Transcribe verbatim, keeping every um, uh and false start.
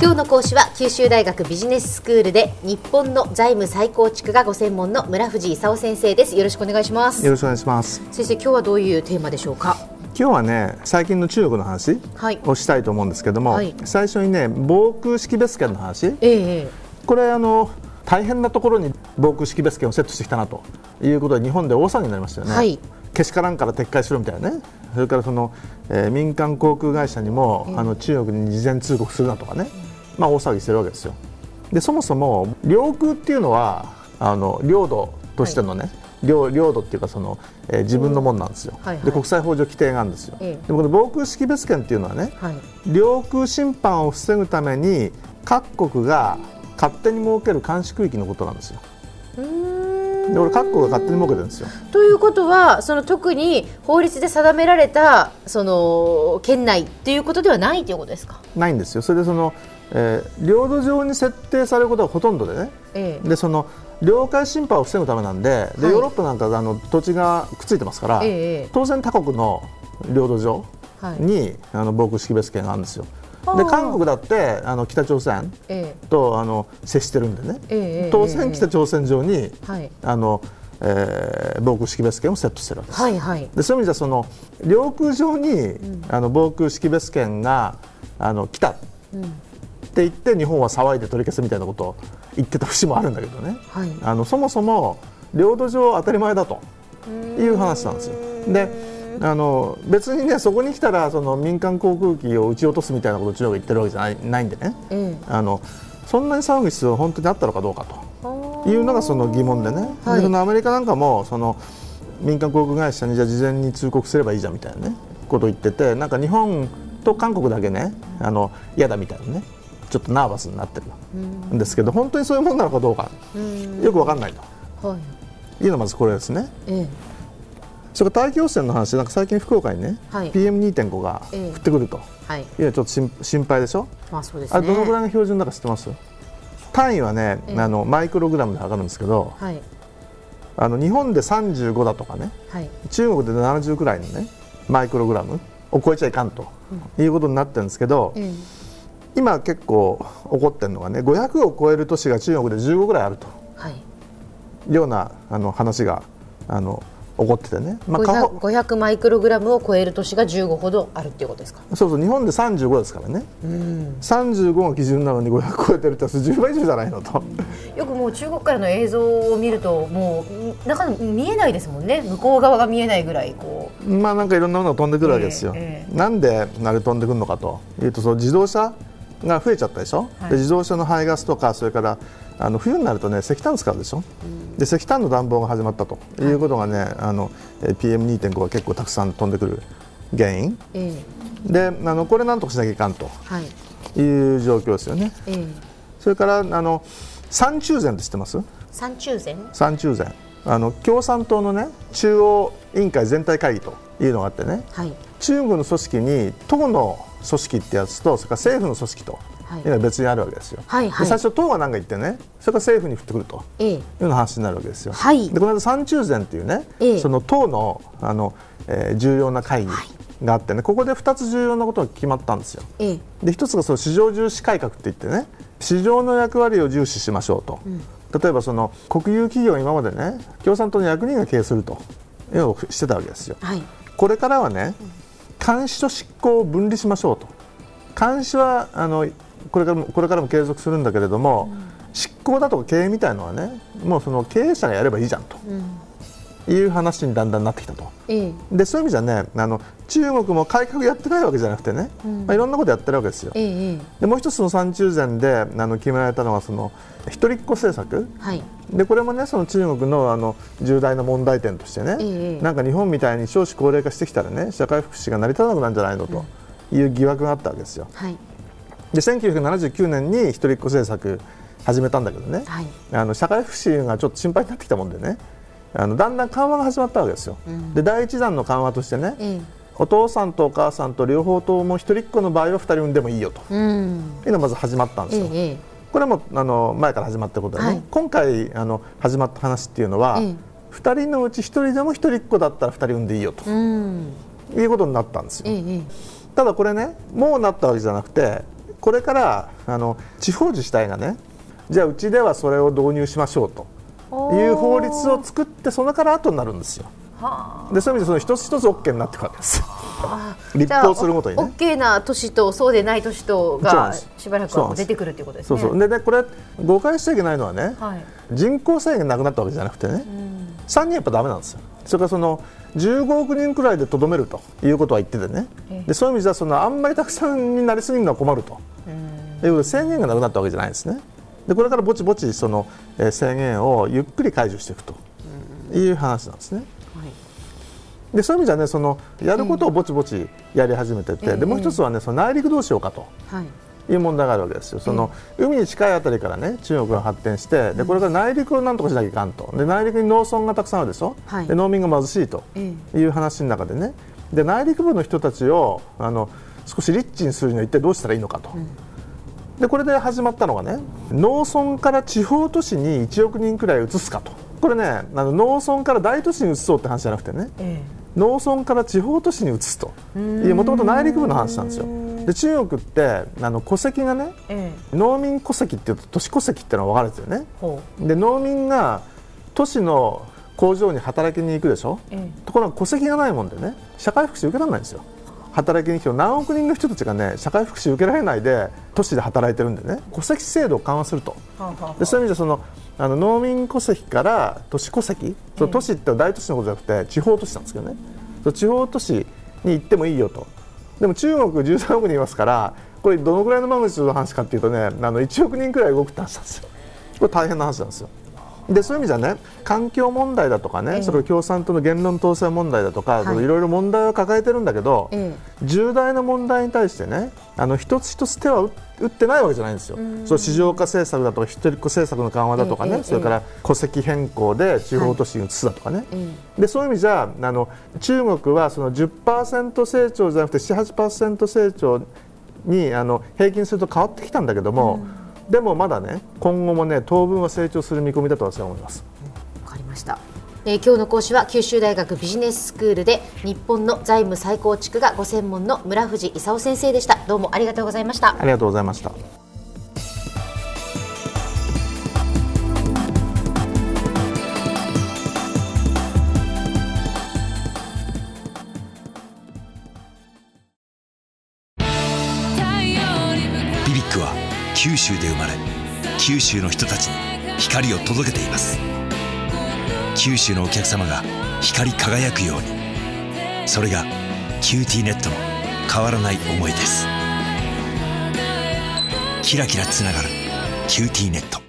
今日の講師は九州大学ビジネススクールで日本の財務再構築がご専門の村藤勲先生です。よろしくお願いします。 よろしくお願いします。 先生、今日はどういうテーマでしょうか？ 今日はね、最近の中国の話をしたいと思うんですけども、はい、最初にね、防空識別圏の話、ええ、これあの大変なところに防空識別圏をセットしてきたなということで日本で大騒ぎになりましたよね、はい、けしからんから撤回しろみたいなね。それからその、えー、民間航空会社にも、ええ、あの中国に事前通告するなとかね、まあ、大騒ぎしてるわけですよ。でそもそも領空っていうのはあの領土としてのね、はい、領, 領土っていうかその、えー、自分のものなんですよ、はいはい、で国際法上規定があるんですよ、ええ、でもこの防空識別圏っていうのはね、はい、領空侵犯を防ぐために各国が勝手に設ける監視区域のことなんですよ。うーんでこれ各国が勝手に設けてるんですよ。 ということはその特に法律で定められたその圏内ということではないということですか？ ないんですよ。それでそのえー、領土上に設定されることがほとんどでね、ええ、でその領海侵犯を防ぐためなんで、で、はい、ヨーロッパなんかあの土地がくっついてますから、ええ、当然他国の領土上に、はい、あの防空識別圏があるんですよ。で韓国だってあの北朝鮮と、ええ、あの接してるんでね、ええ、当然北朝鮮上に、はい、あのえー、防空識別圏をセットしてるわけです、はいはい、でそういう意味ではその領空上に、うん、あの防空識別圏があの来た、うんって言って日本は騒いで取り消すみたいなことを言ってた節もあるんだけどね、はい、あのそもそも領土上当たり前だという話なんですよ。であの別にねそこに来たらその民間航空機を撃ち落とすみたいなことを中国が言ってるわけじゃない、ないんでね、うん、あのそんなに騒ぐ必要は本当にあったのかどうかというのがその疑問でね、はい、でそのアメリカなんかもその民間航空会社にじゃあ事前に通告すればいいじゃんみたいなねことを言ってて、なんか日本と韓国だけねあの嫌だみたいなねちょっとナーバスになってるんですけど、本当にそういうものなのかどうかよく分かんないと、はい、いうのがまずこれですね、ええ、それから大気汚染の話、なんか最近福岡にね、はい、ピーエムにてんご が降ってくると、ええ、いうのはちょっと心, 心配でしょ、まあそうですね、あれどのぐらいの標準だか知ってます？単位はね、ええ、あのマイクログラムで測るんですけど、はい、あの日本でさんじゅうごだとかね、はい、中国でななじゅうくらいのねマイクログラムを超えちゃいかんと、うん、いうことになってるんですけど、ええ今結構起こってるのがねごひゃくを超える都市が中国でじゅうごぐらいあると、はい、いうようなあの話があの起こっててね、 まあ、ごひゃくマイクログラムを超える都市がじゅうごほどあるっていうことですか？ そうそう、日本でさんじゅうごですからね、うん、さんじゅうごが基準なのにごひゃく超えてるってじゅうばい以上じゃないのと、 うん、よくもう中国からの映像を見るともうなかなか見えないですもんね。向こう側が見えないぐらいこう、 まあなんかいろんなものが飛んでくるわけですよ、えーえー、なんであれ飛んでくるのかというと、その自動車が増えちゃったでしょ、はい、で自動車の排ガスとか、それからあの冬になるとね石炭使うでしょ、うん、で石炭の暖房が始まったということがね、はい、あの ピーエムにてんご が結構たくさん飛んでくる原因、えー、であのこれなんとかしなきゃいかんという状況ですよね、えー、それからあの三中全って知ってます？ 三中全三中全あの共産党のね中央委員会全体会議というのがあってね、はい、中国の組織に党の組織ってやつと、それから政府の組織というのは別にあるわけですよ、はいはい、で最初党が何か言ってね、それから政府に振ってくるというような話になるわけですよ、はい、でこの間三中全っていうね、ええ、その党の、あの、えー、重要な会議があってね、ここでふたつ重要なことが決まったんですよ、ええ、でひとつがその市場重視改革って言ってね、市場の役割を重視しましょうと、うん、例えばその国有企業、今までね共産党の役人が経営するというのをしてたわけですよ、はい、これからはね、うん、監視と執行を分離しましょうと。監視はあのこれからも、これからも継続するんだけれども、うん、執行だとか経営みたいのはねもうその経営者がやればいいじゃんと、うん、いう話にだんだんなってきたと、ええ、でそういう意味じゃねあの中国も改革やってないわけじゃなくてね、うん、まあ、いろんなことやってるわけですよ、ええ、でもう一つの三中全であの決められたのはその一人っ子政策、はい、でこれもねその中国 の, あの重大な問題点としてね、ええ、なんか日本みたいに少子高齢化してきたらね社会福祉が成り立たなくなるんじゃないのという疑惑があったわけですよ、はい、でせんきゅうひゃくななじゅうきゅうねんに一人っ子政策始めたんだけどね、はい、あの社会福祉がちょっと心配になってきたもんでね、あのだんだん緩和が始まったわけですよ、うん、で第一弾の緩和としてね、ええ、お父さんとお母さんと両方とも一人っ子の場合はふたり産んでもいいよと、うん、いうのがまず始まったんですよ、ええ、これもあの前から始まったことでね、はい、今回あの始まった話っていうのは、ええ、ふたりのうちひとりでも一人っ子だったらふたり産んでいいよと、うん、いうことになったんですよ、ええ、ただこれねもうなったわけじゃなくてこれからあの地方自治体がね、じゃあうちではそれを導入しましょうという法律を作って、それから後になるんですよ。でそういう意味でその一つ一つ OK になっていくわけです。立法するごとにね、 OK な都市とそうでない都市とがしばらくは出てくるということですね。 そうそうでね、これ誤解しちゃいけないのはね、はい、人口制限なくなったわけじゃなくてね、うん、さんにんやっぱダメなんですよ。それからそのじゅうごおくにんくらいでとどめるということは言っててね、でそういう意味ではそのあんまりたくさんになりすぎるのは困ると、うん、ということで制限がなくなったわけじゃないんですね。でこれからぼちぼちその、えー、制限をゆっくり解除していくという話なんですね。でそういう意味じゃね、そのやることをぼちぼちやり始めてて、えー、でもう一つはね、その内陸どうしようかという問題があるわけですよ。その、えー、海に近いあたりからね中国が発展して、でこれから内陸をなんとかしなきゃいかんと。で内陸に農村がたくさんあるでしょ、はい、で農民が貧しいという話の中でね、で内陸部の人たちをあの少しリッチにするには一体どうしたらいいのかと、うん、でこれで始まったのがね、農村から地方都市にいちおくにんくらい移すかと。これね、あの農村から大都市に移そうって話じゃなくてね、えー農村から地方都市に移すというもともと内陸部の話なんですよ。で中国ってあの戸籍がね、ええ、農民戸籍っていうと都市戸籍っていうのは分かるんですよね。で農民が都市の工場に働きに行くでしょ、ええ、ところが戸籍がないもんでね、社会福祉受けられないんですよ。働きに来て何億人の人たちがね社会福祉受けられないで都市で働いてるんでね、戸籍制度を緩和すると。でそういう意味でそのあの農民戸籍から都市戸籍、その都市って大都市のことじゃなくて地方都市なんですけどね、その地方都市に行ってもいいよと。でも中国じゅうさんおくにんいますから、これどのぐらいのマグニチュードの話かっていうとね、あのいちおくにんくらい動くって話なんですよ。これ大変な話なんですよ。でそういう意味じゃね、環境問題だとかね、ええ、それから共産党の言論統制問題だとか、はい、いろいろ問題を抱えてるんだけど、ええ、重大な問題に対してね、あの一つ一つ手は打ってないわけじゃないんですよ。そう市場化政策だとか一人っ子政策の緩和だとかね、え、それから戸籍変更で地方都市に移すだとかね、はい、でそういう意味じゃあの中国はその じゅっパーセント 成長じゃなくて なな、はちパーセント 成長にあの平均すると変わってきたんだけども、うんでもまだね今後もね当分は成長する見込みだと私は思います。 わかりました。えー、今日の講師は九州大学ビジネススクールで日本の財務再構築がご専門の村藤勲先生でした。どうもありがとうございました。 ありがとうございました。 ビビックは九州で生まれ、九州の人たちに光を届けています。九州のお客様が光り輝くように、それがキューティーネットの変わらない思いです。キラキラつながるキューティーネット。